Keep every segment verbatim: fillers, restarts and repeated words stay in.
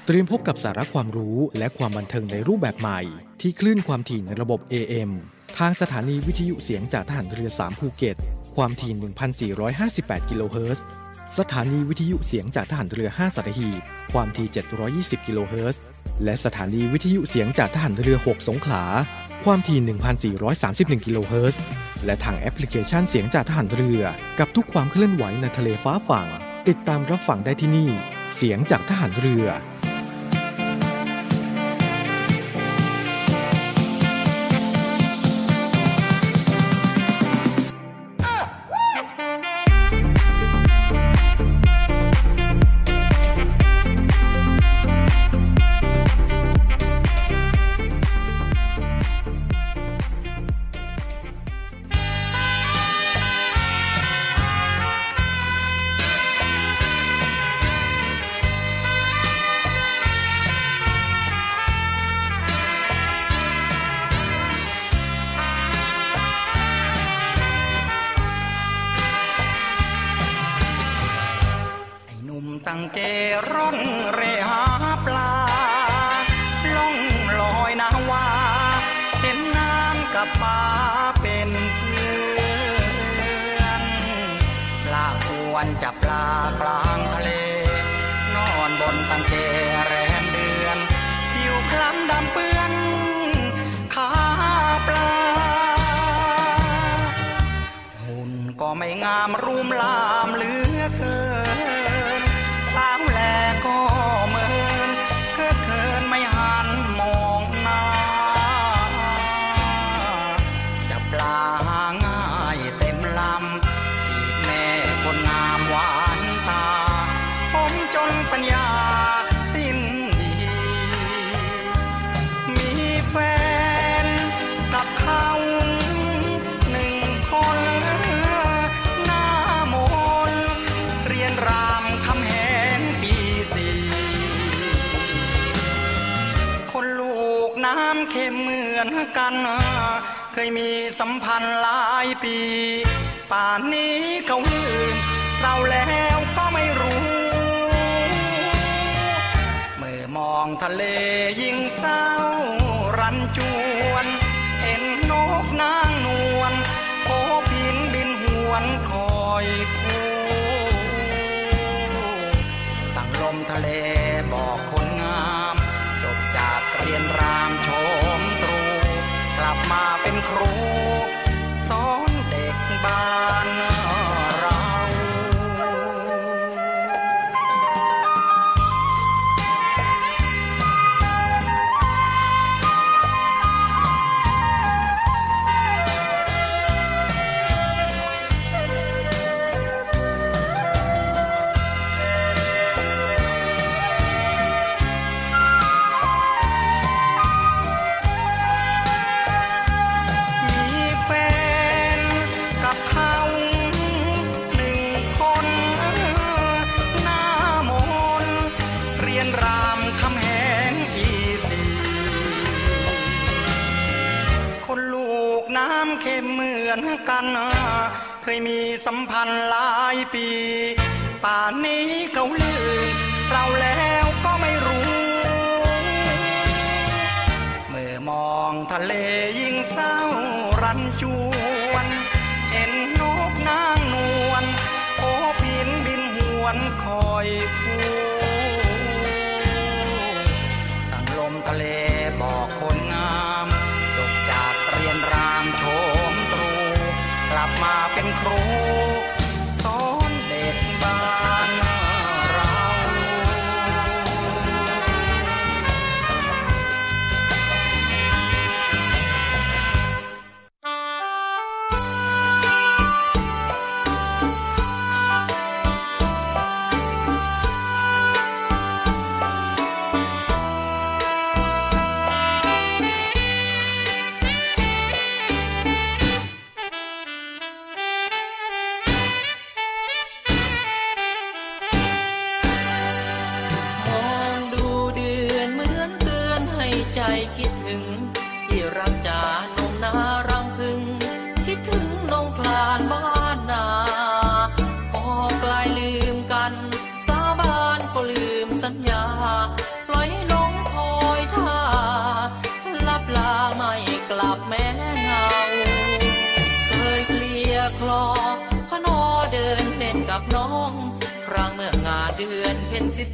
เตรียมพบกับสาระความรู้และความบันเทิงในรูปแบบใหม่ที่คลื่นความถี่ในระบบ เอ เอ็ม ทางสถานีวิทยุเสียงจากทหารเรือสามภูเก็ตความถี่ หนึ่งพันสี่ร้อยห้าสิบแปด กิโลเฮิรตซ์สถานีวิทยุเสียงจากทหารเรือห้าสัตหีบความถี่เจ็ดร้อยยี่สิบ กิโลเฮิรตซ์และสถานีวิทยุเสียงจากทหารเรือหกสงขลาความถี่ หนึ่งพันสี่ร้อยสามสิบเอ็ด กิโลเฮิรตซ์และทางแอปพลิเคชันเสียงจากทหารเรือกับทุกความเคลื่อนไหวในทะเลฟ้าฝั่งติดตามรับฟังได้ที่นี่เสียงจากทหารเรือตั้งเจร่อนเรหาปลาล่องลอยนาวาเห็นน้ำกับฟ้าเป็นเพื่อนปลาควรจับปลากลางทะเลนอนบนตั้งเจแรมเดือนผิวคล้ำดำเปื้อนขาปลาหุ่นก็ไม่งามรูมลามเหลือเกินสาวแลก็เมินเคิดเคินไม่หันมองหน้าจับปลาหาง่ายเต็มลำจีบแม่คนงามหวานตาผมจนปัญญาสิ้นดีมีแฟนกับเขาหนึ่งคนหน้ามนเรียนรามคำแหงปีสี่คนลูกน้ำเค็มเหมือนกันเคยมีสัมพันธ์หลายปีป่านนี้เขาลืมเราแล้วก็ไม่รู้เมื่อมองทะเลยิ่งเศร้ารันจวนเห็นนกนางนวลโผบินบินหวนคอยคู่สั่งลมทะเลบอกคนงามจบจากเรียนรามชมตรูกลับมาเป็นครูสอนเด็กบ้านเราเข้มเหมือนกันเคยมีสัมพันธ์หลายปีป่านนี้เขาลืมเราแล้วก็ไม่รู้เมื่อมองทะเลยิ่งเศร้ารันจวนเห็นนกนางนวลโผบินบินหวนคอยคู่สั่งลมทะเลบอกคนงามจบจากเรียนรามโชมตรูกลับมาเป็นครูสอนเด็กบ้านเรา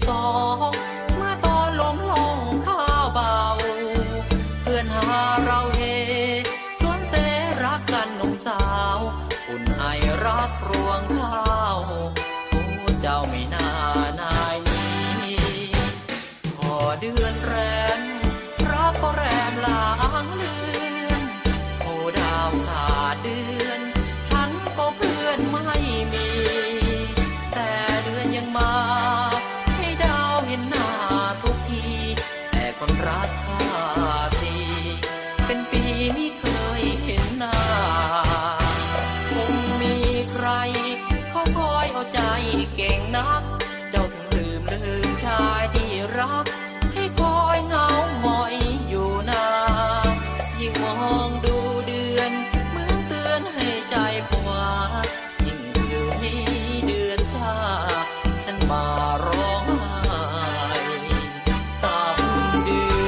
สองเมื่อตอนลมลงข้าวเบาเพื่อนหาเราเฮสวนเสรักกันหนุ่มสาวอุ่นไอรักรวงข้าวโอ้เจ้าไม่น่านายนี้พอเดือนแรมรักก็แรมลางเลือนโอ้ดาวขาดเดือนฉันก็เพื่อนไม่มีแต่เดือนยังมาให้ดาวเห็นหน้าทุกทีแต่คนรักข้าสิเป็นปีไม่เคยเห็นหน้าคงมีใครเขาคอยเอาใจเก่งนักเจ้าถึงลืมลืมชายที่รักให้คอยเหงาหงอยอยู่นายิ่งมองดูเดือนเหมือนเตือนให้ใจผวายิ่งคืนนี้เดือนจ้าฉันมาร้องไห้ตามเดือน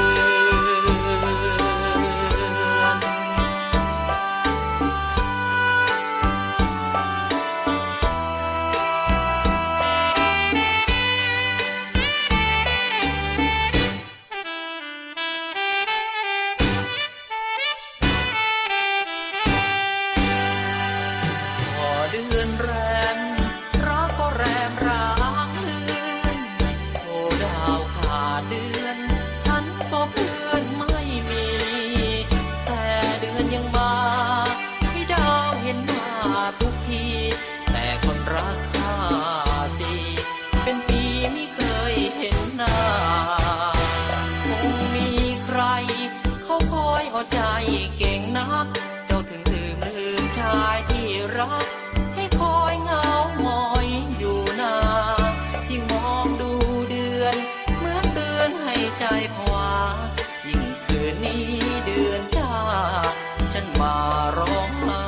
เดือนแรมรักก็แรมร้างเลือนโอ้ดาวขาดเดือนฉันก็เพื่อนไม่มีแต่เดือนยังมาให้ดาวเห็นหน้าทุกทีแต่คนรักข้าสิเป็นปีไม่เคยเห็นหน้าคงมีใครเขาคอยเอาใจเก่งนักเจ้าถึงลืมลืมชายที่รักคอยเหงาหงอยอยู่นายิ่งมองดูเดือนเหมือนเตือนให้ใจผวายิ่งคืนนี้เดือนจ้าฉันมาร้องไห้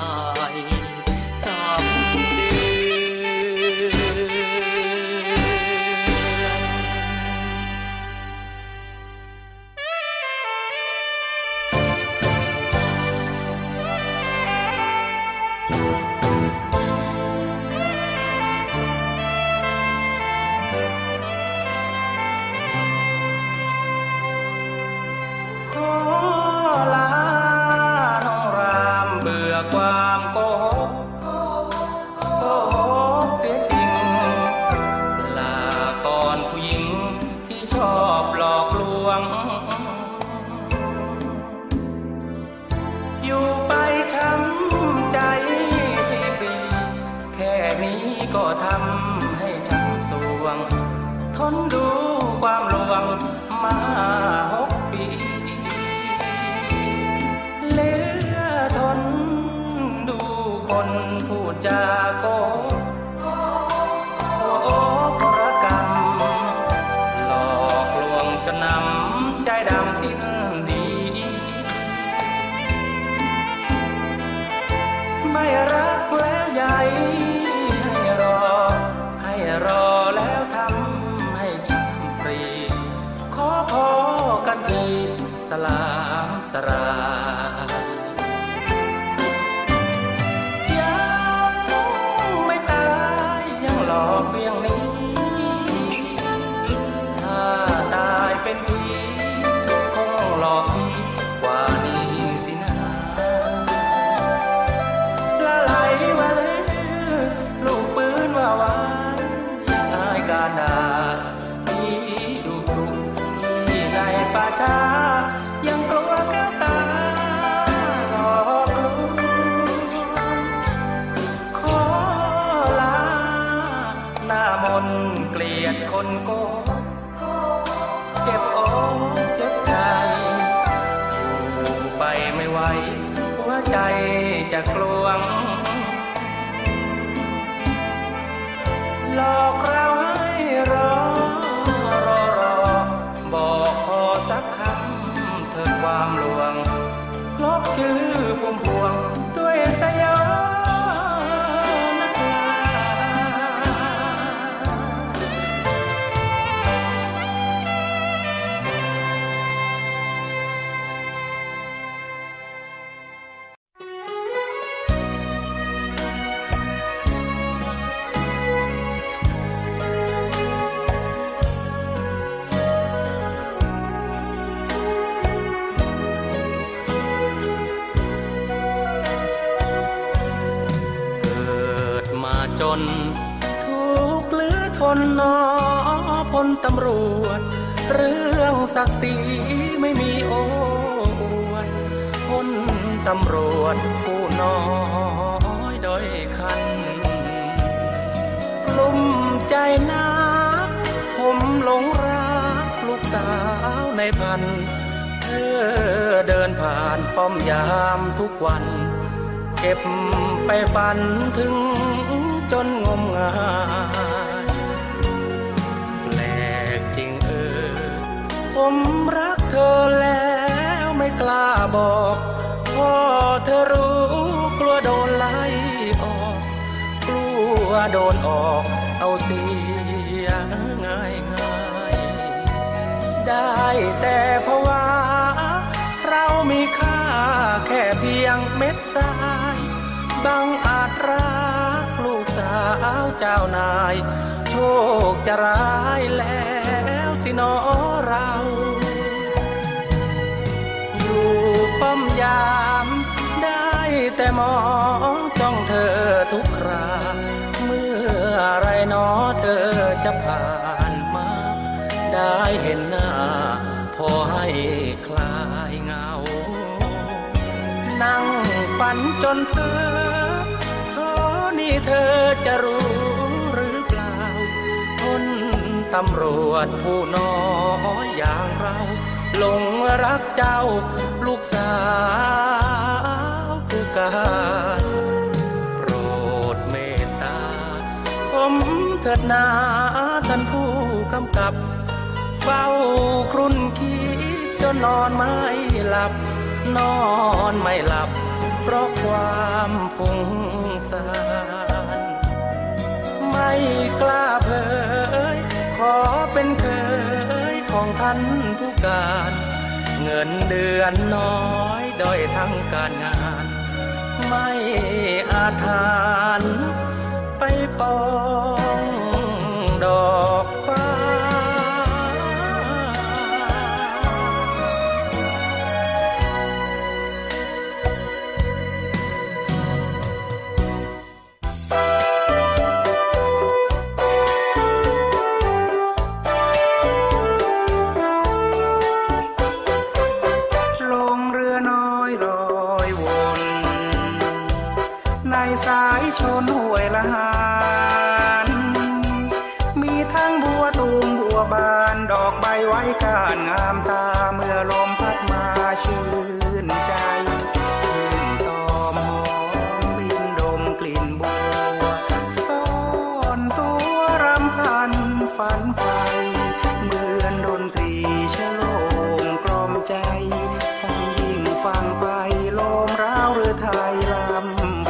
กับเดืความโกหกโกหกเสียจริงลาก่อนผู้หญิงที่ชอบหลอกลวงอยู่ไปช้ำใจฟรีๆแค่นี้ก็ทำให้ช้ำสวงทนดูความลวงมาหกปีเหลือทนคนพูดจาโกหกกรกรรมหลอกลวงจนนำใจดำสิ้นดีไม่รักแล้วใหญ่ให้รอให้รอแล้วทำให้ช้ำฟรีขอพอกันทีสลามสลาเพียงนี้ถ้าตายเป็นผีคงหลอกผีกว่านี้สินะละไหลมาเลยลูกปืนว่าไว้ยังอายการด่าพี่ดุดุที่ในป่าช้ายังกลัวแก้วตาหลอกลวงขอลาหน้ามนเกลียดคนโกเก็บอกเจ็บใจอยู่ไปไม่ไหวหัวใจจะกลวงหลอกเราให้รอรอรอบอกพอสักคำเธอความลวงลบชื่อพุ่มพวงด้วยสยองจนทุกข์เหลือทนนอพลตำรวจเรื่องศักดิ์ศรีไม่มีโอ้อวดพลตำรวจผู้น้อยด้อยคันกลุ่มใจนักผมหลงรักลูกสาวในพันเธอเดินผ่านป้อมยามทุกวันเก็บไปฝันถึงจนงมงายแปลกจริงเออผมรักเธอแล้วไม่กล้าบอกพอเธอรู้กลัวโดนไล่ออกกลัวโดนออกเอาเสียง่ายง่ายได้แต่เพราะว่าเรามีค่าแค่เพียงเม็ดทรายบังอาจรักลูกสาวเจ้านายโชคจะร้ายแล้วสิน้อเราอยู่ป้อมยามได้แต่มองจ้องเธอทุกคราเมื่อไรน้อเธอจะผ่านมาได้เห็นหน้าพอให้คลายเงานั่งฝันจนเธอเท่านี้เธอจะรู้หรือเปล่าคนตำรวจผู้น้อยอย่างเราหลงรักเจ้าลูกสาวผู้การโปรดเมตตาผมเถิดนาท่านผู้กำกับเฝ้าครุ่นคิดจนนอนไม่หลับนอนไม่หลับเพราะความฟุ้งซ่านไม่กล้าเผยขอเป็นเคยของท่านผู้การเงินเดือนน้อยด้อยทั้งการงานไม่อาจหารไปปองดอกฟ้าสายชนห้วยละหานมีทั้งบัวตูมบัวบานดอกใบไว้ก้านงามตาเมื่อลมพัดมาชื่นใจขึ้นตอมหอมบินดมกลิ่นบัวซ่อนตัวรำพันฝันไฟเหมือนดนตรีฉโลมกล่อมใจฟังยิ่งฟังไปลมร้าวหรือไทยลำ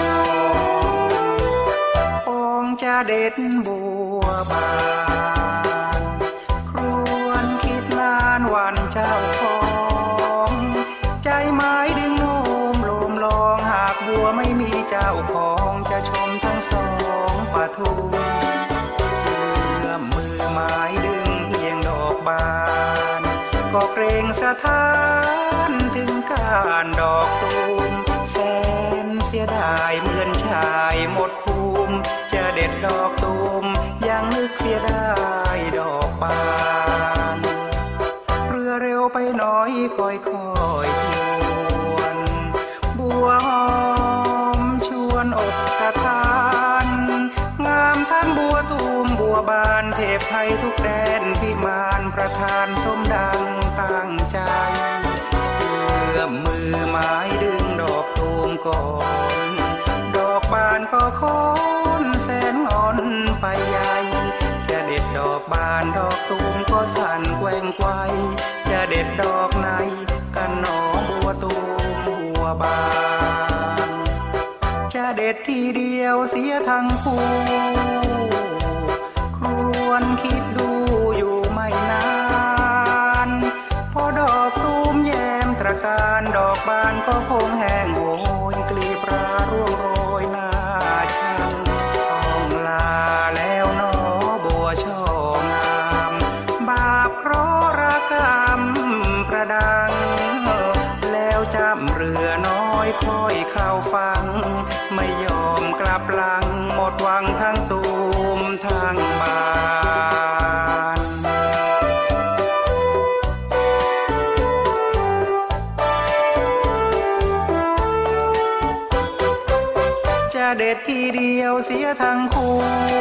จะเด็ดบัวบานครวนคิดนานวันเจ้าของใจไม้ดึงโน้มโลมลองหากบัวไม่มีเจ้าของจะชมทั้งสองปะทุมเอื้อมมือไม้ดึงเพียงดอกบานก็เกรงสะท้านถึงการดอกตูมแสนเสียดายเหมือนชายหมดภูมิจะเด็ดดอกตูมยังนึกเสียดายดอกบานเรือเร็วไปหน่อยค่อยค่อยทวนบัวหอมชวนอกสะท้านงามทั้งบัวตูมบัวบานเทพไทยทุกแดนพิมานประทานสมดังตั้งใจเอื้อมมือไม้ดึงดอกตูมก่อนดอกบานก็ค้อนแสนอ่อนไปใหญ่จะเด็ดดอกบานดอกตูมก็สั่นแกว่งไกวจะเด็ดดอกไหนกันหนอบัวตูมบัวบานจะเด็ดทีเดียวเสียทั้งคู่ครวนคิดดูอยู่ไม่นานพอดอกตูมแย้มตระการดอกบานก็คงแห้งโหยกลีบราร่วงโรยหน้าช่างต้องลาแล้วน้อบัวช่องามบาปเพราะรักกรรมประดังแล้วจำเรือน้อยค่อยเข้าฟังไม่ยอมกลับหลังมมดหวังทั้งตูมทั้งบานจะเด็ดทีเดียวเสียทั้งคู่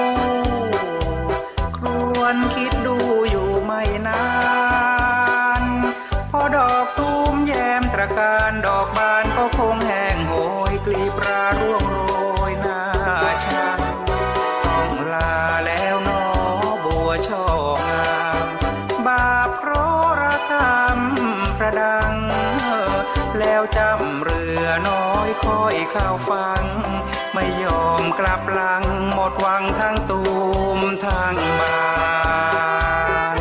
ครวญคิดดูอยู่ไม่นานพอดอกตูมแย้มตระการดอกบานก็คงแห้งโหยกลีบราร่วงโรยหน้าชังต้องลาแล้วน้อบัวช่องามบาปเพราะระทำประดังแล้วจำเรือน้อยคอยเข้าฟังไม่ยอมกลับหลังหมดหวังทั้งตูมทั้งบาน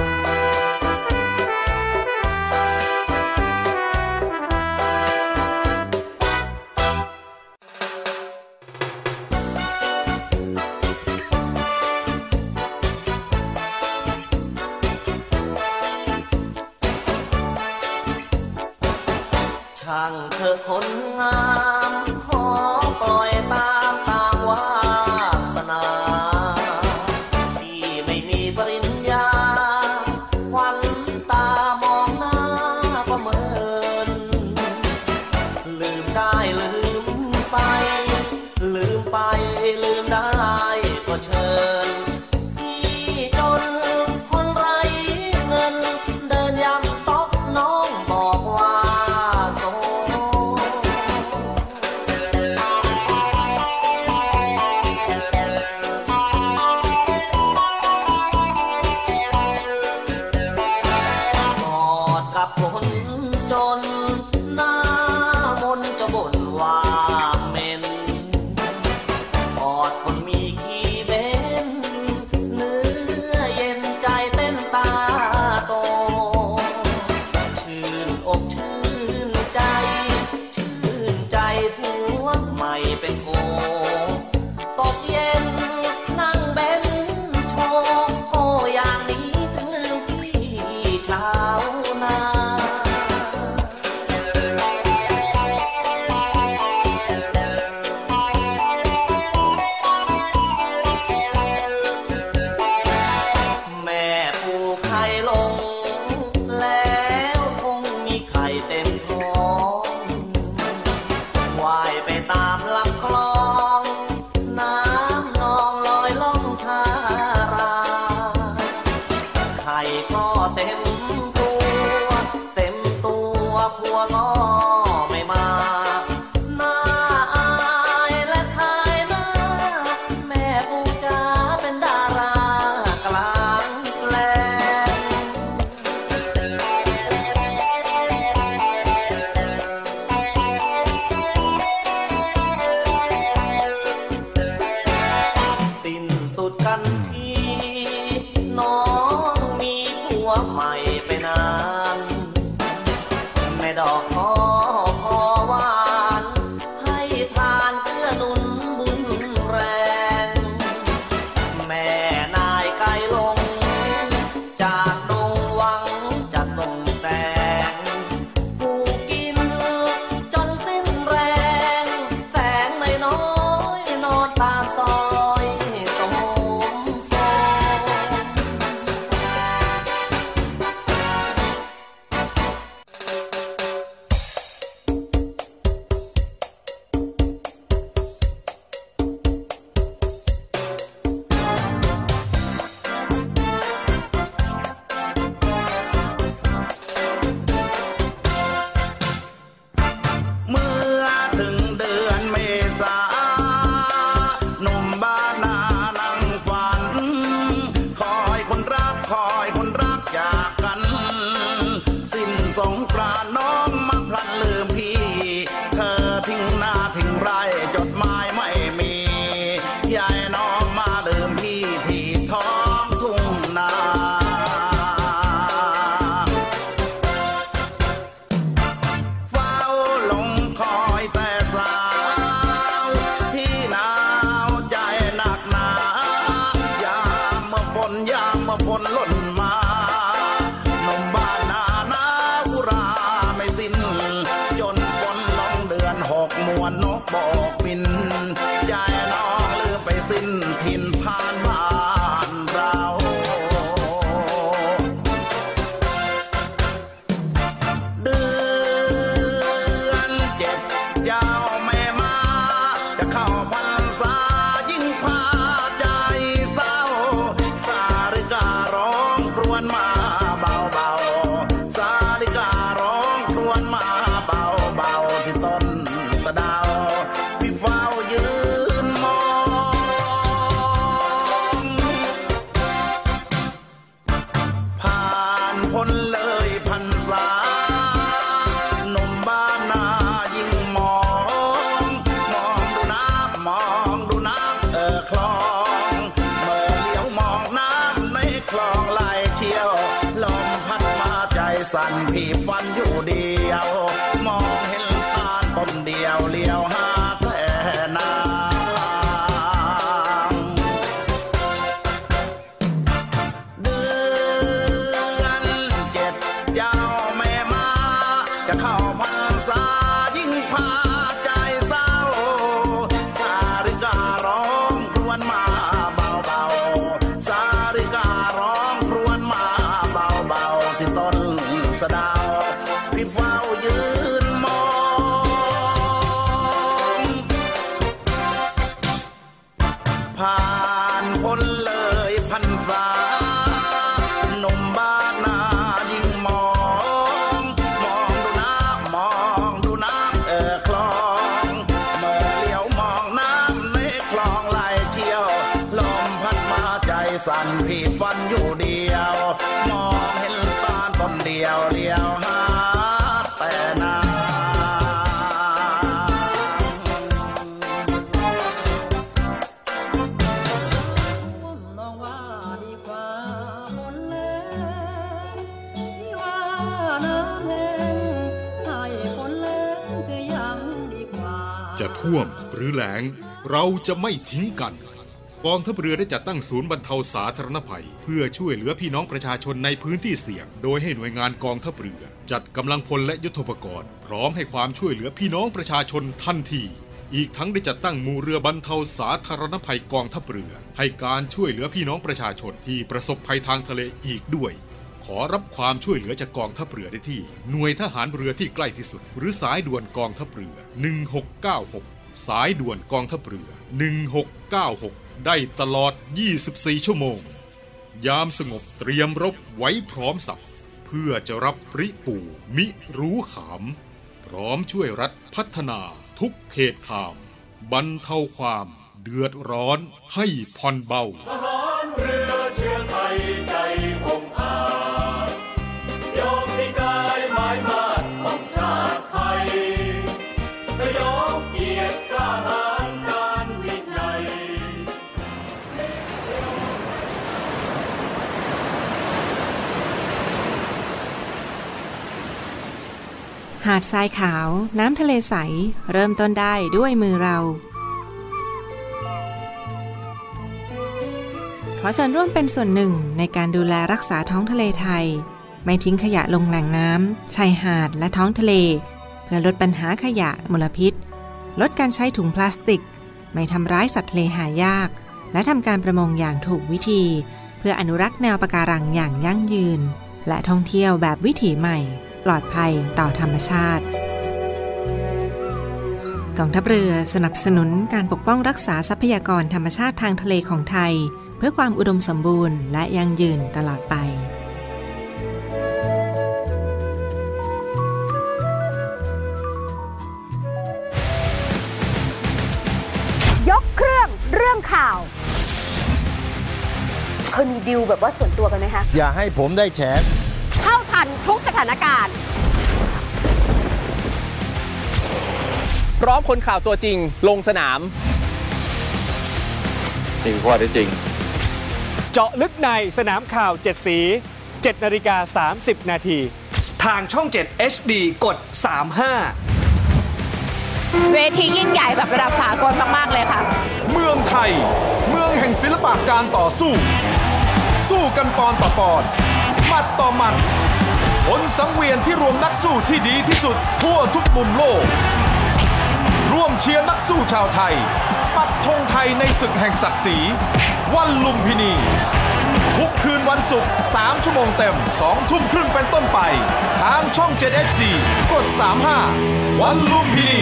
ช่างเธอคนงามขอปล่อยตามตามวาสนาที่ไม่มีปริญญาควันตามองหน้าก็เหมือนลืมได้ลืมไปลืมไปลืมได้ก็เชิญที่จนคนไร้เงินเดินย่ำต๊อกน้องบอกว่มวนนกบอกบินใจน้องลืมไปสิ้นถิ่นผ่านบ้านเราเดือนเจ็ดยาวแม่มาจะเข้าพรรษายิ่งพาใจเศร้าสาริการ้องครวญมาเบาๆสาริการ้องครวญมาเบาๆที่ต้นสะเดาพี่เฝ้ายืนมองผ่านพ้นเลยพรรษาหนุ่มบ้านนายิ่งมองมองดูน้ำมองดูน้ำเออคลองเมื่อเลี้ยวมองน้ำในคลองไหลเชี่ยวลมพัดมาใจสั่นพี่ฟันอยู่เดียวมองเห็นตาลต้นเดียวเลี้ยวหาแต่นางเดือนเจ็ดยาวแม่มาจะเข้าพรรษายิ่งพาใจเศร้าสาริการ้องครวญมาเบาๆสาริการ้องครวญมาเบาๆที่ต้นสะเดาพี่เฝ้ายืนมองผ่านพ้นเลยพรรษาหนุ่มบ้านนายิ่งมองมองดูน้ำมองดูน้ำเออคลองเมื่อเลี้ยวมองน้ำในคลองไหลเชี่ยวลมพัดมาใจสั่นพี่ฟันอยู่เดียวมองเห็นตาลต้นเดียวเลี้ยวหาแต่นางมองว่าดีกว่าฝนแล้งที่ว่าน้ำแห้งให้ฝนแล้งจะยังดีกว่าจะท่วมหรือแล้งเราจะไม่ทิ้งกันกองทัพเรือได้จัดตั้งศูนย์บรรเทาสาธารณภัยเพื่อช่วยเหลือพี่น้องประชาชนในพื้นที่เสี่ยงโดยให้หน่วยงานกองทัพเรือจัดกำลังพลและยุทโธปกรณ์พร้อมให้ความช่วยเหลือพี่น้องประชาชนทันทีอีกทั้งได้จัดตั้งหมู่เรือบรรเทาสาธารณภัยกองทัพเรือให้การช่วยเหลือพี่น้องประชาชนที่ประสบภัยทางทะเลอีกด้วยขอรับความช่วยเหลือจากกองทัพเรือได้ที่หน่วยทหารเรือที่ใกล้ที่สุดหรือสายด่วนกองทัพเรือหนึ่งหกเก้าหกสายด่วนกองทัพเรือหนึ่งหกเก้าหกได้ตลอดยี่สิบสี่ชั่วโมงยามสงบเตรียมรบไว้พร้อมสับเพื่อจะรับริปู่มิรู้ขามพร้อมช่วยรัฐพัฒนาทุกเขตขามบรรเทาความเดือดร้อนให้ผ่อนเบาทหารเรือเชื้อไทยใจองอาจยอมมีกายหมายมาดของชาติไทยและยอมเกียรติกล้าหาญการวินัยหาดทรายขาวน้ำทะเลใสเริ่มต้นได้ด้วยมือเราขอส่วนร่วมเป็นส่วนหนึ่งในการดูแลรักษาท้องทะเลไทยไม่ทิ้งขยะลงแหล่งน้ำชายหาดและท้องทะเลเพื่อลดปัญหาขยะมลพิษลดการใช้ถุงพลาสติกไม่ทำร้ายสัตว์ทะเลหายากและทำการประมงอย่างถูกวิธีเพื่ออนุรักษ์แนวปะการังอย่างยั่งยืนและท่องเที่ยวแบบวิถีใหม่ปลอดภัยต่อธรรมชาติกองทัพเรือสนับสนุนการปกป้องรักษาทรัพยากรธรรมชาติทางทะเลของไทยเพื่อความอุดมสมบูรณ์และยั่งยืนตลอดไปยกเครื่องเรื่องข่าวเคยมีดิวแบบว่าส่วนตัวกันไหมคะอย่าให้ผมได้แฉเท่าทันทุกสถานการณ์พร้อมคนข่าวตัวจริงลงสนามจริงข้อเท็จจริงเจาะลึกในสนามข่าวเจ็ดสีเจ็ดนาฬิกาสามสิบนาทีทางช่องเจ็ด เอช ดี กดสามสิบห้าเวทียิ่งใหญ่แบบระดับสากลมากๆเลยค่ะเมืองไทยเมืองแห่งศิลปะการต่อสู้สู้กันปอนต่อปอนหมัดต่อหมัดผลสังเวียนที่รวมนักสู้ที่ดีที่สุดทั่วทุกมุมโลกร่วมเชียร์นักสู้ชาวไทยปักธงไทยในศึกแห่งศักดิ์ศรีวันลุมพินีทุกคืนวันศุกร์สามชั่วโมงเต็มสองทุ่มครึ่งเป็นต้นไปทางช่องเจ็ด เอช ดี กดสามสิบห้าวันลุมพินี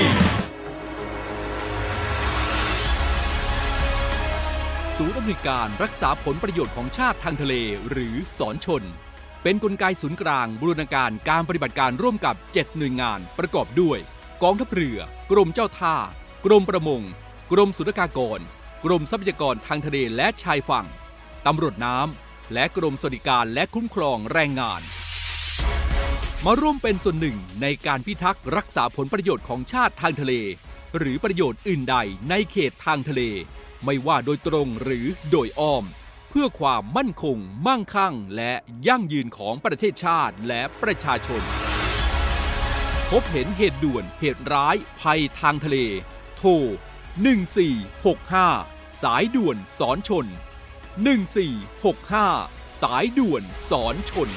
ศูนย์อำนวยการรักษาผลประโยชน์ของชาติทางทะเลหรือศรชนเป็นกลไกศูนย์กลางบูรณาการการปฏิบัติการร่วมกับเจ็ดหน่วยงานประกอบด้วยกองทัพเรือกรมเจ้าท่ากรมประมงกรมศุลกากรกรมทรัพยากรทางทะเลและชายฝั่งตำรวจน้ำและกรมสวัสดิการและคุ้มครองแรงงานมาร่วมเป็นส่วนหนึ่งในการพิทักษ์รักษาผลประโยชน์ของชาติทางทะเลหรือประโยชน์อื่นใดในเขตทางทะเลไม่ว่าโดยตรงหรือโดยอ้อมเพื่อความมั่นคงมั่งคั่งและยั่งยืนของประเทศชาติและประชาชนพบเห็นเหตุด่วนเหตุร้ายภัยทางทะเลโทรหนึ่งสี่หกห้าสายด่วนสอนชนหนึ่งสี่หกห้าสายด่วนสอนชน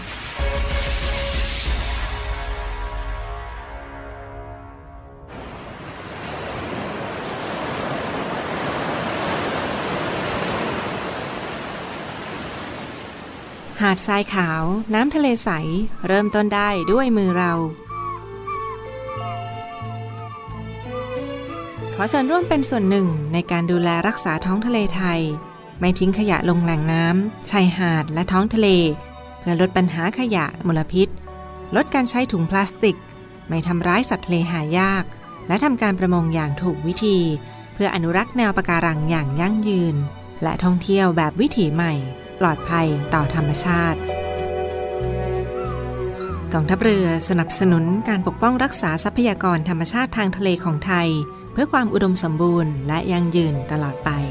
หาดทรายขาวน้ำทะเลใสเริ่มต้นได้ด้วยมือเราขอเชิญร่วมเป็นส่วนหนึ่งในการดูแลรักษาท้องทะเลไทยไม่ทิ้งขยะลงแหล่งน้ำชายหาดและท้องทะเลเพื่อลดปัญหาขยะมลพิษลดการใช้ถุงพลาสติกไม่ทำร้ายสัตว์ทะเลหายากและทำการประมงอย่างถูกวิธีเพื่ออนุรักษ์แนวปะการังอย่างยั่งยืนและท่องเที่ยวแบบวิถีใหม่ปลอดภัยต่อธรรมชาติกองทัพเรือสนับสนุนการปกป้องรักษาทรัพยากรธรรมชาติทางทะเลของไทยเพื่อความอุดมสมบูรณ์และยั่งยืนตลอดไป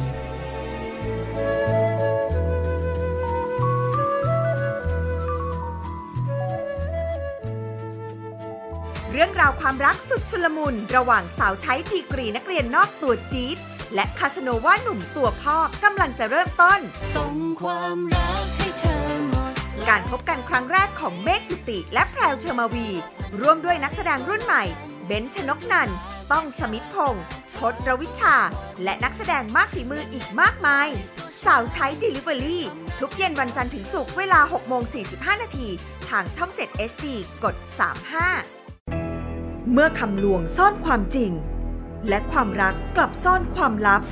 เรื่องราวความรักสุดชุลมุนระหว่างสาวใช้ดีกรีนักเรียนนอกตัวจี๊ดและคาสโนว่าหนุ่มตัวพ่อกำลังจะเริ่มต้นส่งความรักให้เธอหมดการพบกันครั้งแรกของเมฆจุติและแพรวเชอร์มาวีร่วมด้วยนักแสดงรุ่นใหม่เบนชนกนันท์ต้องสมิทธพงษ์พจน์รวิชาและนักแสดงมากฝีมืออีกมากมายสาวใช้ Delivery ทุกเย็นวันจันทร์ถึงศุกร์เวลา หกโมงสี่สิบห้า นาทีทางช่องเจ็ด เอช ดี กดสามสิบห้าเมื่อคำลวงซ่อนความจริงและความรักกลับซ่อนความลับ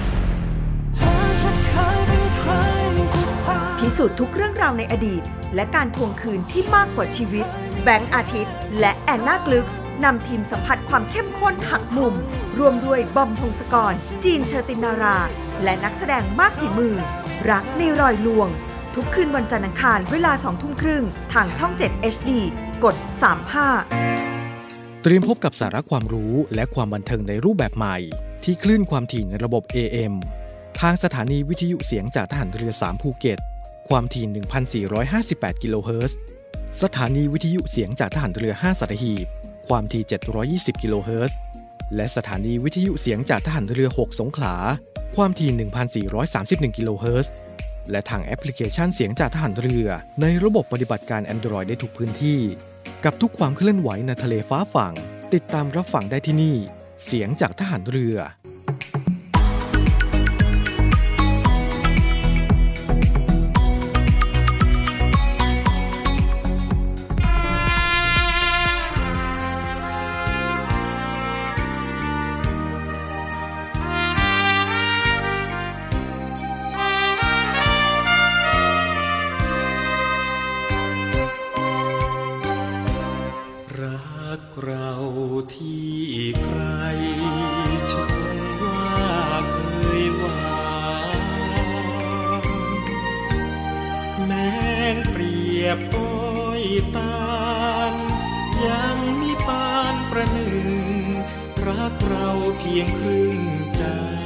พิสูจน์ทุกเรื่องราวในอดีตและการทวงคืนที่มากกว่าชีวิตแบงค์อาทิตย์และแอนนากลึกส์นำทีมสัมผัสความเข้มข้นหักมุมรวมด้วยบอมพงศกรจีนเชอตินาราและนักแสดงมากฝีมือรักในรอยลวงทุกคืนวันจันทร์อังคารเวลาสองทุ่มครึ่งทางช่องเจ็ด เอช ดี กดสามสิบห้าเตรียมพบกับสาระความรู้และความบันเทิงในรูปแบบใหม่ที่คลื่นความถี่ในระบบ เอ เอ็ม ทางสถานีวิทยุเสียงจากทหารเรือสามภูเก็ตความถี่ หนึ่งพันสี่ร้อยห้าสิบแปด กิโลเฮิรตซ์สถานีวิทยุเสียงจากทหารเรือห้าสัตหีบความถี่ เจ็ดร้อยยี่สิบ กิโลเฮิรตซ์และสถานีวิทยุเสียงจากทหารเรือหกสงขลาความถี่ หนึ่งพันสี่ร้อยสามสิบเอ็ด กิโลเฮิรตซ์และทางแอปพลิเคชันเสียงจากทหารเรือในระบบปฏิบัติการ Android ได้ทุกพื้นที่กับทุกความเคลื่อนไหวในทะเลฟ้าฝั่งติดตามรับฟังได้ที่นี่เสียงจากทหารเรือบโอยตานยังมีปานประหนึ่งรักเราเพียงครึ่งใจ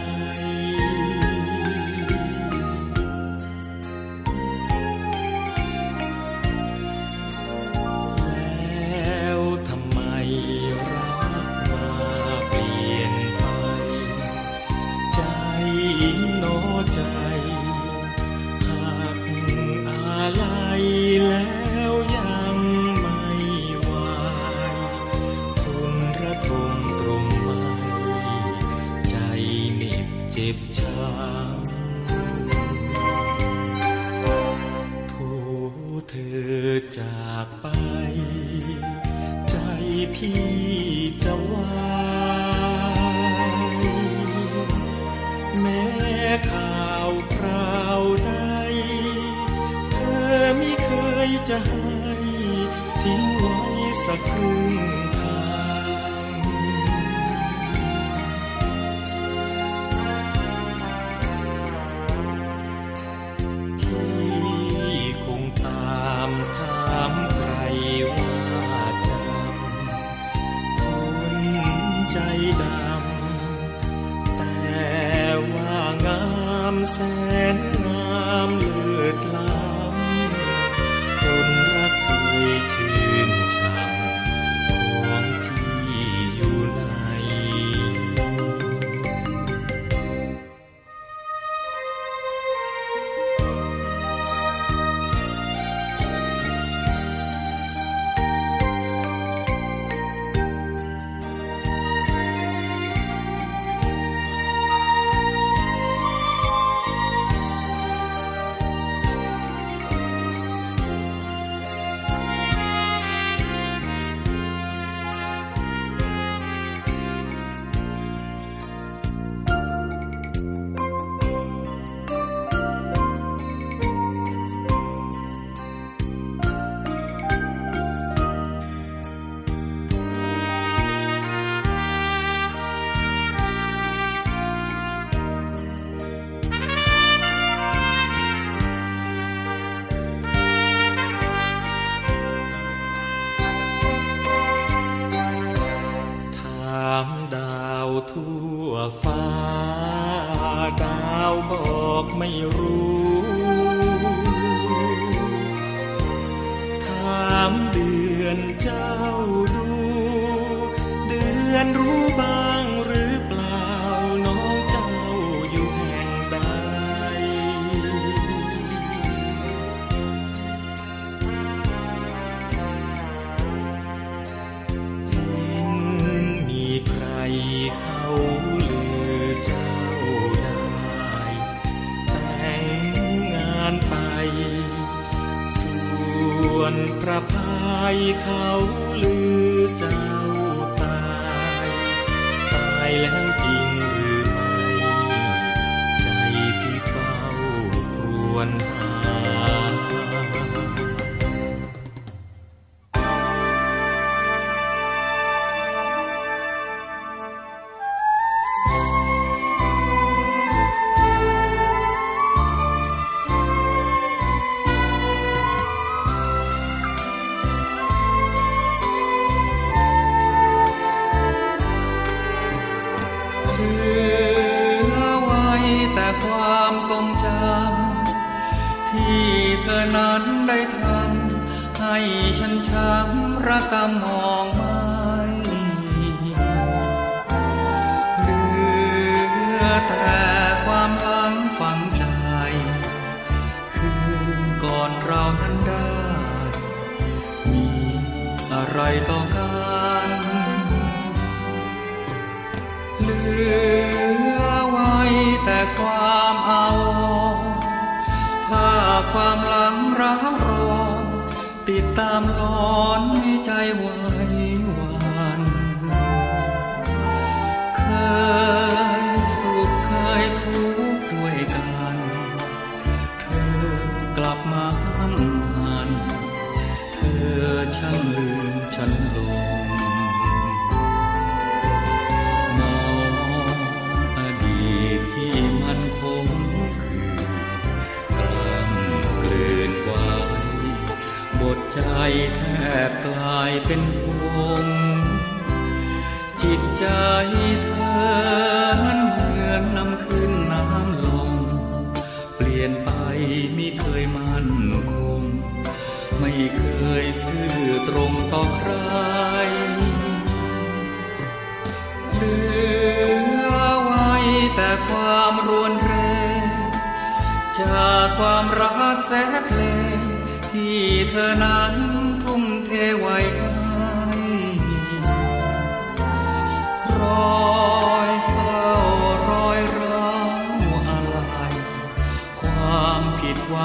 แล้วทำไมรักมาเปลี่ยนไปใจโน้ใจหักอะไรแล้วยังไม่วายทนระทมตรมไม่เจ็บช้ำโทเธอจากไปใจพี่จะวายแม้ข่าวคราวใดเธอไม่เคยจะให้ทิ้งไว้สักครึ่งทางพี่คงตามถามใครว่าจำคนใจดำแต่ว่างามแสนงามเลิศล้ำคนรักเคยชื่นชมของพี่อยู่ไหนฟ้าดาวบอกไม่รู้ถามเดือนเจ้าดูเดือนรู้บ้างหรือเปล่าน้องเจ้าอยู่แห่งใดเห็นมีใครเขาส่วนพระพายเขาลือเจ้าตายตายแล้วจริงหรือไม่ใจพี่เฝ้าครวญหานั้นได้ทำให้ฉันช้ำระกำมองไม่เหลือแต่ความหลังฝังใจคืนก่อนเรานั้นได้มีอะไรต่อกันเหลือไว้แต่ความเอาภาพความหลังร้าวร้อนติดตามล้อนให้ใจไหวหวั่นเคยสุขเคยทุกข์ด้วยกันเธอกลับมาห้ำหันเธอช่างลืมฉันลงมองอดีตที่มันคงบทใจแทบกลายเป็นวงจิตใจเธอนั้นเหมือนน้ำขึ้นน้ำลงเปลี่ยนไปมิเคยมั่นคงไม่เคยซื่อตรงต่อใครเหลือไว้แต่ความรวนเรจากความรักแสนเพลงที่เธอนั้นทุ่มเทไว้ให้รอยเศร้ารอยร้าว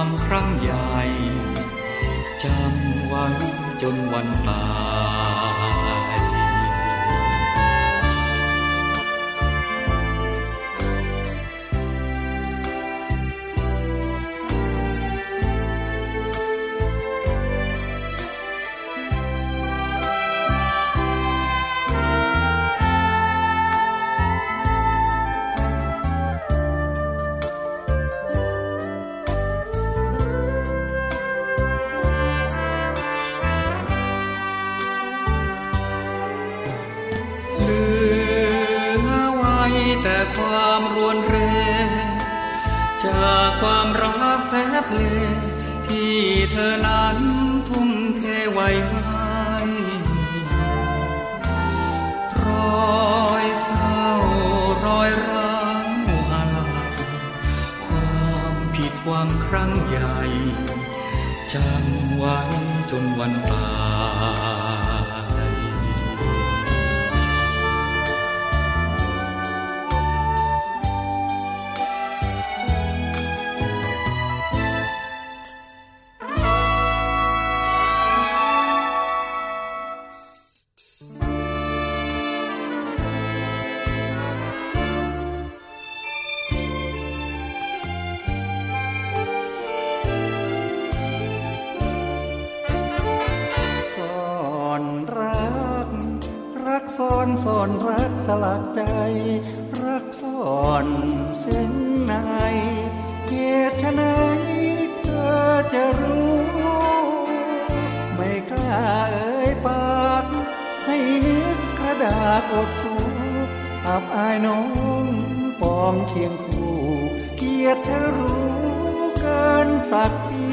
ความครั้งใหญ่จำไว้จนวันตายแต่ความรวนเรจากความรักแสบเพลที่เธอนั้นทุ่มเทไว้ให้รอยเศร้ารอยร้าวอะไรความผิดหวังครั้งใหญ่จำไว้จนวันตายซ่อนรักสลักใจรักซ่อนเส้นในเหตุไฉนเธอจะรู้ไม่กล้าเอ่ยปากให้นึกกระดาษอดสูอับอายน้องปองเคียงคู่เกียรติเธอรู้เกินสักที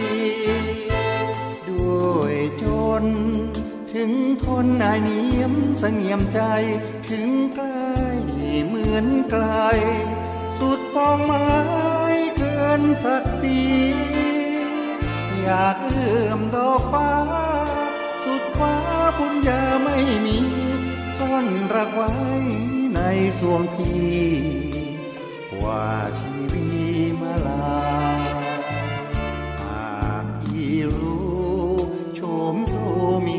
ด้วยจนถึงทนอายเนียมเสงี่ยมใจถึงใกล้เหมือนไกลสุดปองไม้เกินศักดิ์ศรีอยากเอื้อมดอกฟ้าสุดฟ้าบุญญาไม่มีซ่อนรักไว้ในสวงพี่ว่าชีวิตมาลาหากพี่รู้โฉมโตมี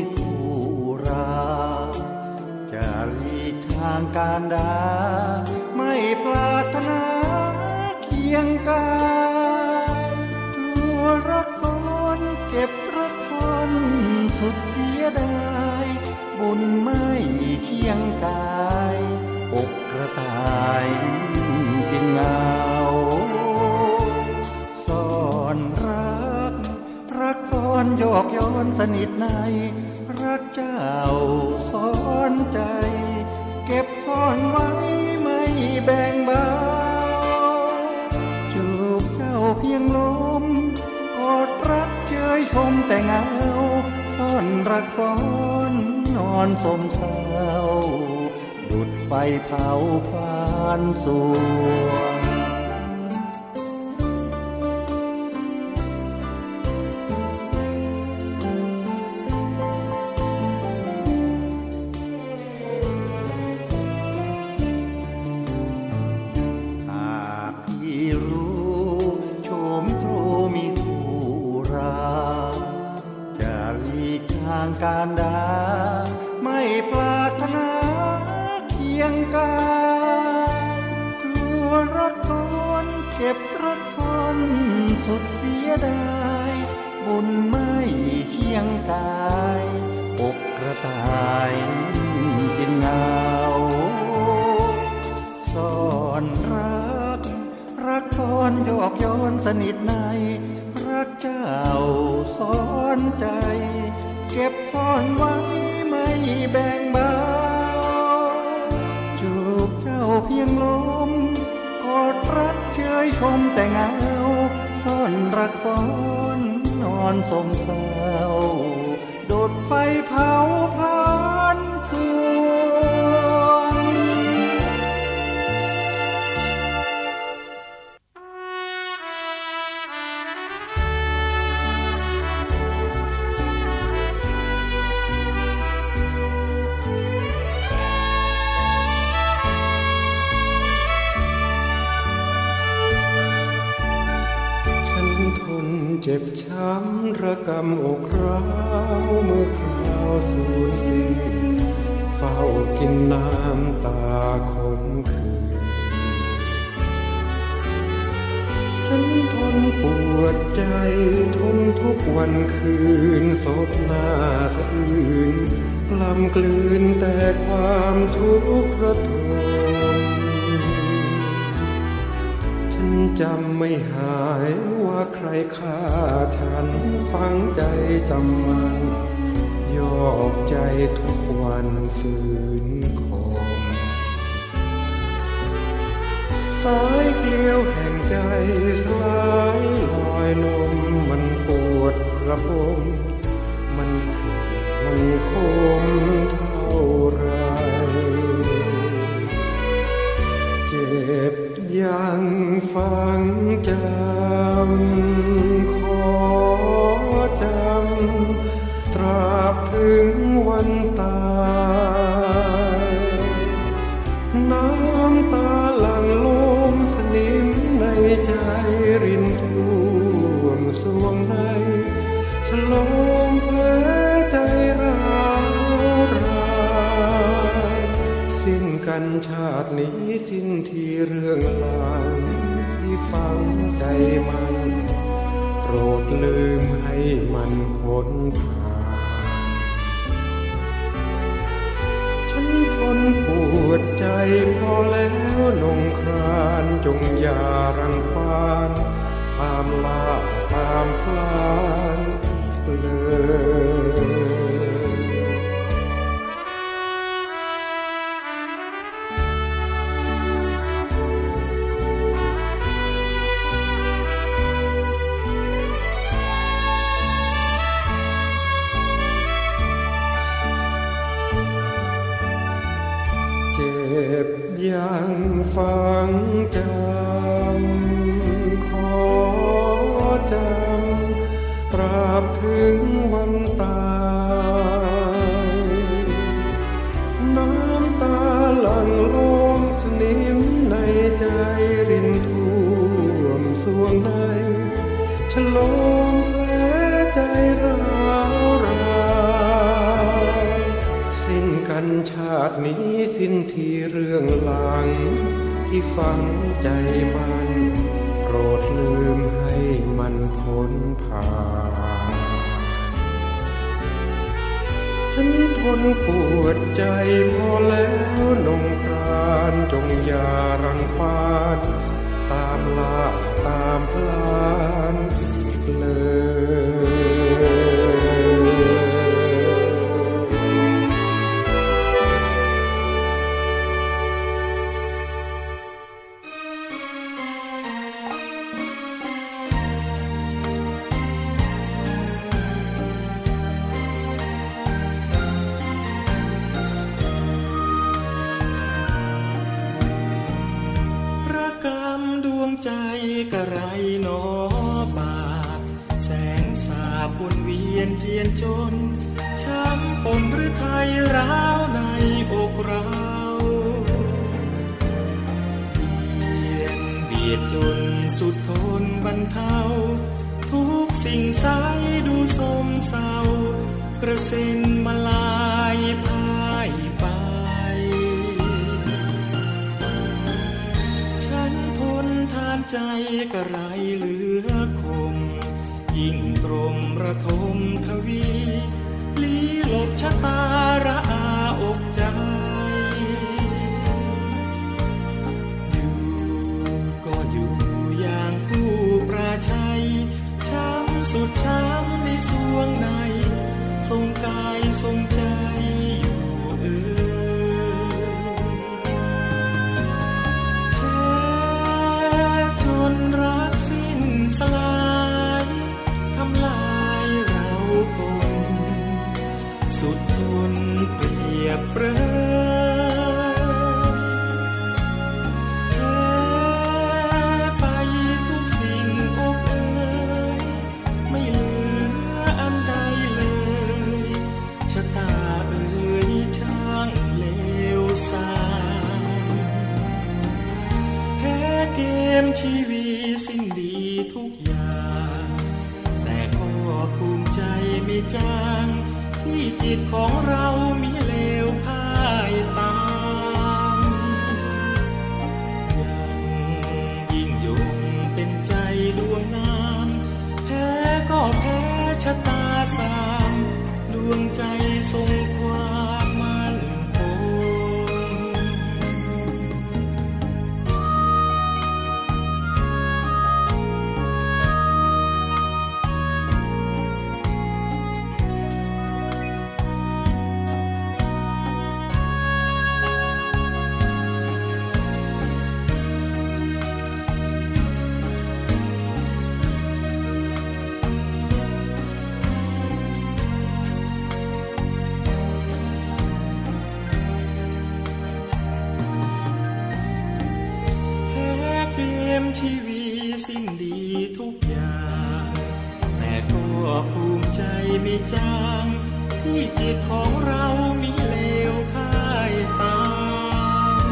จะหลีกทางการดาไม่ปรารถนาเคียงกายกลัวรักซ้อนเก็บรักซ้อนสุดเสียดายบุญไม่เคียงกายอกกระต่ายจึงเหงาซ่อนรักรักซ้อนหยอกย้อนสนิทในรักเจ้าซ่อนใจเก็บซ่อนไว้ไม่แบ่งเบาจูบเจ้าเพียงลมกอดรักเชยชมแต่เงาซ่อนรักซ้อนนอนสมเศร้าดุจไฟเผาพลานสวงการดาไม่ปรารถนาเคียงกายกลัวรักซ้อนเก็บรักซ้อนสุดเสียดายบุญไม่เคียงกายอกกระต่ายจึงเหงาซ่อนรักรักซ้อนหยอกย้อนสนิทในรักเจ้าซ่อนใจเก็บซ่อนไว้ไม่แบ่งเบาจูบเจ้าเพียงลมกอดรักเชยชมแต่เงาซ่อนรักซ้อนนอนสมเศร้าดุจไฟเผาพลานสวงทนเจ็บช้ำระกำอกร้าวเมื่อคราวสูญสิ้นเฝ้ากินน้ำตาคมคืนฉันทนปวดใจทนทุกวันคืนโศกหน้าสะอื้นกล้ำกลืนแต่ความทุกข์ระทมฉันจำไม่หายว่าใครฆ่าฉันฝังใจจำมันยอกใจทุกวันฝืนคมสายเกลียวแห่งใจสลายลอยลมมันปวดระบมมันขืนมันคมเท่าไรเจ็บยังฝังจำขอจำตราบถึงวันตายน้ำตาหลั่งลมสนิมในใจรินท่วมสวงในฉลองแผลใจร้าวรายสิ้นกันชาตินี้สิ้นที่เรื่องราวที่ฝังใจมันโปรดลืมให้มันพ้นผ่านฉันทนปวดใจพอแล้วนงครานจงอย่ารังควานตามล่าตามพลานอีกเลยยังฝังจำขอจำตราบถึงวันตายน้ำตาหลั่งลมสนิมในใจรินท่วมสวงในฉลองแผลใจร้าวรายสิ้นกันชาตินี้สิ้นที่เรื่องหลังที่ฝังใจมันโปรดลืมให้มันพ้นผ่านฉันทนปวดใจพอแล้วนงครานจงอย่ารังควานตามล่าตามพลานอีกเลยใจกระไรหนอบาปแสงสาบวนเวียนเจียนจนช้ำปนหรือไทยร้าวในอกเราเบียนเบียดจนสุดทนบรรเทาทุกสิ่งสายดูสมเศร้ากระเซ็นมาลายพ่ายไปทานใจกระไรเหลือคมยิ่งตรมระทมทวีลีหลบชะตาระอาอกใจอยู่ก็อยู่อย่างผู้ปราชัยช้ำสุดช้ำในสวงในทรงกายทรงใจอยู่เอรักสิ้นสลายทำลายเราปนสุดทนเปรียบเปรยแพ้ไปทุกสิ่งอกเอ่ยไม่เหลืออันใดเลยชะตาเอ่ยช่างเลวทรามแพ้เกมชีวิตสิ้นดีทุกอย่างมีจางที่จิตของเรามีเลวพ่ายตามยังยิ่งยงเป็นใจดวงงามแพ้ก็แพ้ชะตาสามดวงใจทรงความมั่นคชีวิตสิ้นดีทุกอย่างแต่ก็ภูมิใจไม่จางที่จิตของเรามีเลวพ่ายตาม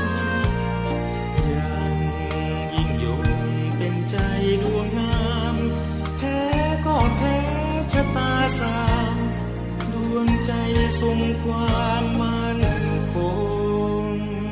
ยังยิ่งยงเป็นใจดวงงามแพ้ก็แพ้ชะตาสามดวงใจทรงความมั่นคง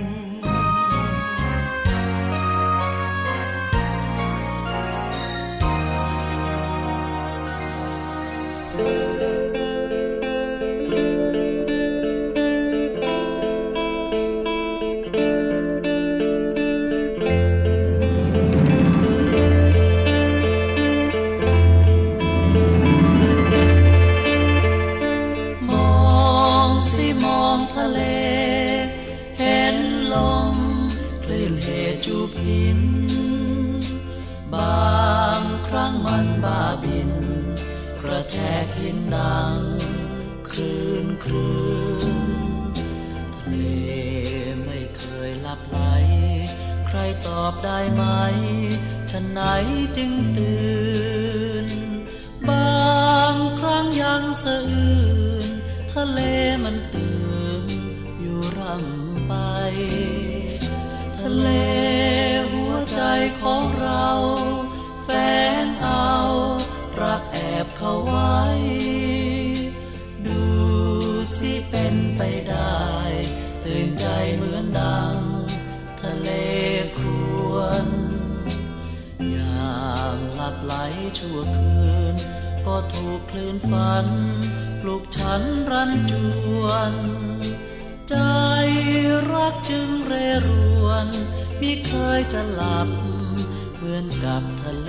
แทกหินดังคลื่นคลื่นทะเลไม่เคยลับไหลใครตอบได้ไหมฉะไหนจึงตื่นบางครั้งยังสะอื้นทะเลมันตื่นอยู่ร่ำไปทะเลหัวใจของเราแฝงเอารักแอบเข้าไว้ดูสิเป็นไปได้ตื่นใจเหมือนดังทะเลครวญยามหลับไหลชั่วคืนก็ถูกคลื่นฝันปลุกฉันรันจวนใจรักจึงเร่รวนมิเคยจะหลับเหมือนกับทะเล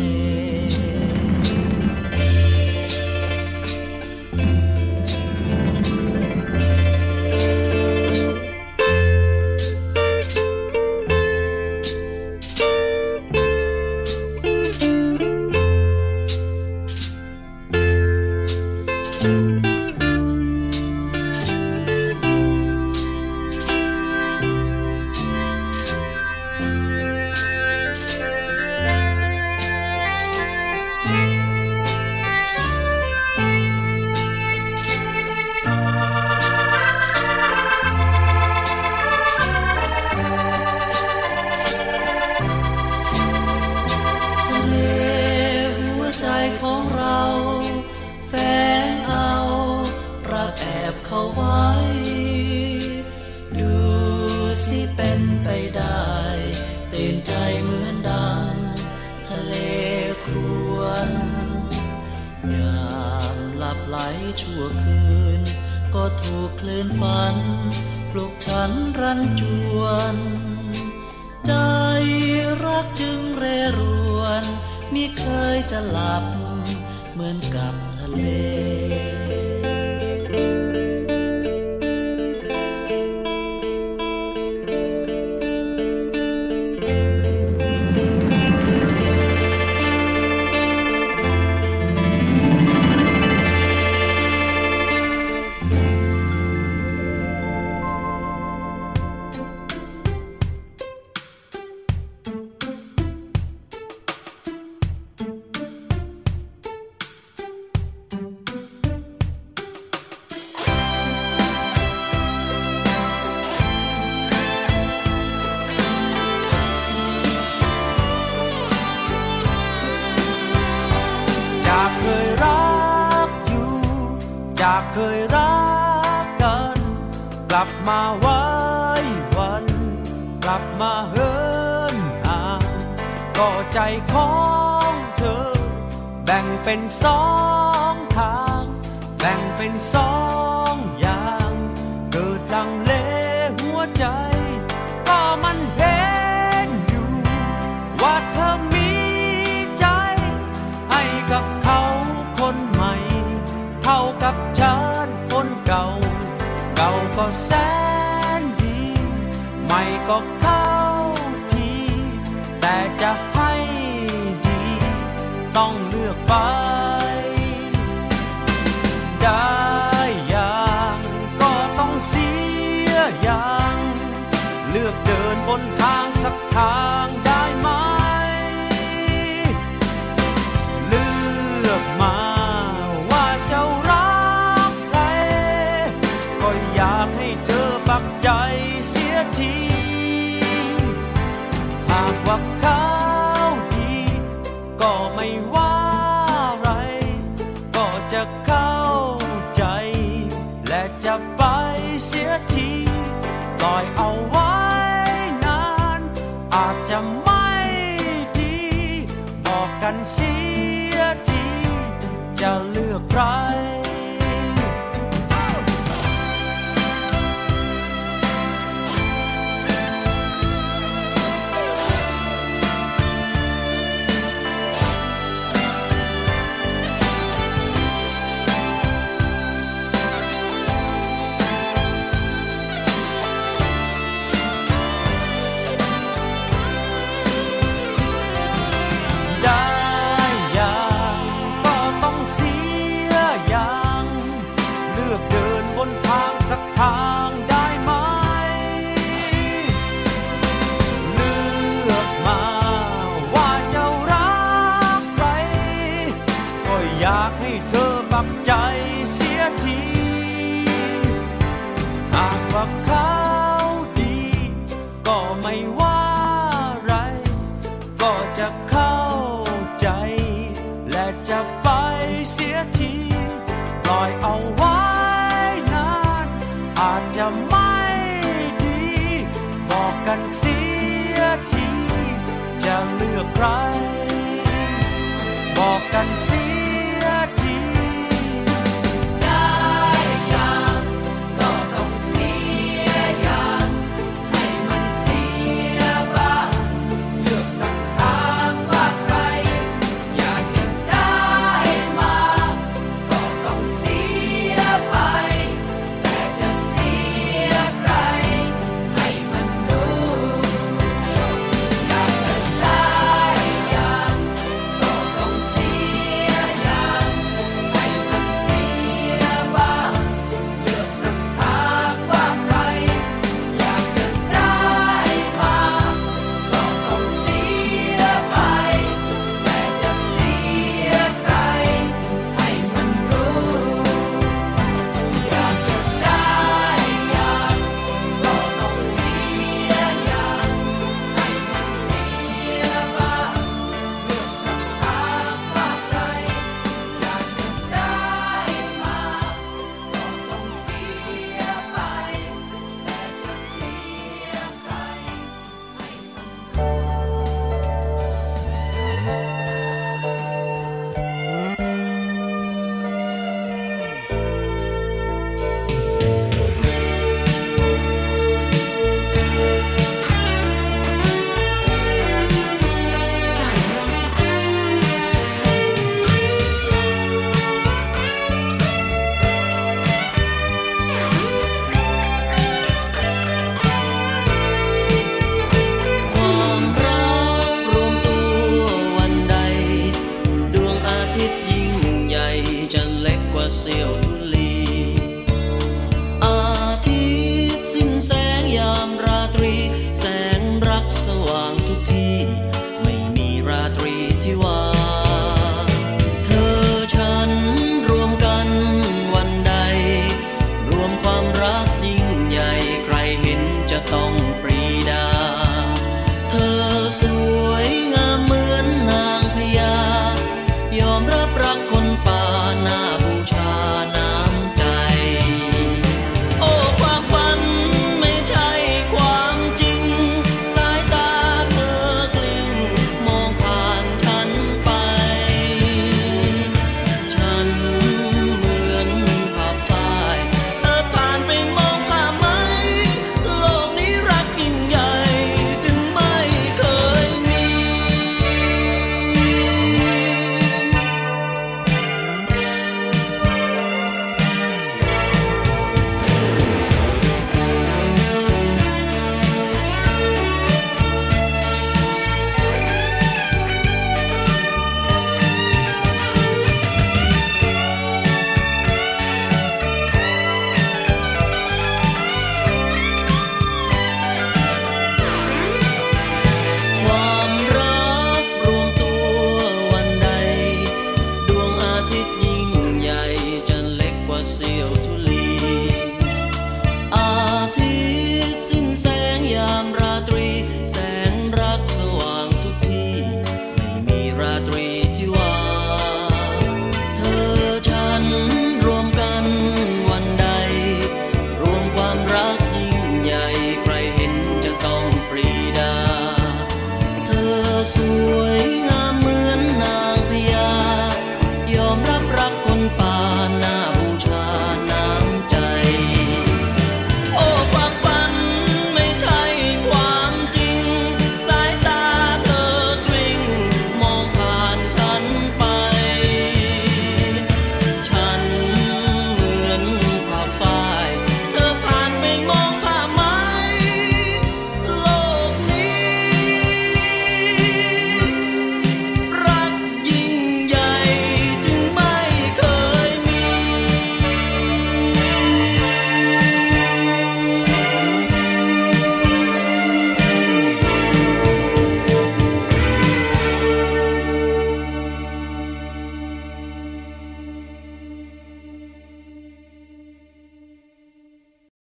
ชั่วคืนก็ถูกคลื่นฝันปลุกฉันรันจวนใจรักจึงเร่รวนมิเคยจะหลับเหมือนกับทะเลเเคยรักกันกลับมาไว้วันกลับมาเหินห่างก็ใจของเธอแบ่งเป็นสองทางแบ่งเป็นสองอย่างเกิดลังเลหัวใจก็มันเห็นอยู่ว่าเธอมีใจให้กับเขาคนใหม่เท่ากับฉันคนเก่าเก่าก็แสนดีใหม่ก็เข้าทีแต่จะให้ดีต้องเลือกไปได้อย่างก็ต้องเสียอย่างเลือกเดินบนทางสักทางได้ไหมเลือกมาว่าเจ้ารักใครก็อยากให้เธอปักใจเสียทีหากว่าเขาดีก็ไม่ว่าไรก็จะเข้าใจและจะไปเสียทีปล่อยเอาไว้นานอาจจะไม่ดีบอกกันเสียทีจะเลือกใครได้อย่างก็ต้องเสียอย่างเลือกเดินบนทางสักทางได้ไหมเลือกมาว่าเจ้ารักใครก็อยากให้เธอปักใจเสียทีหากว่าเขาดีก็ไม่ว่าไรก็จะเข้า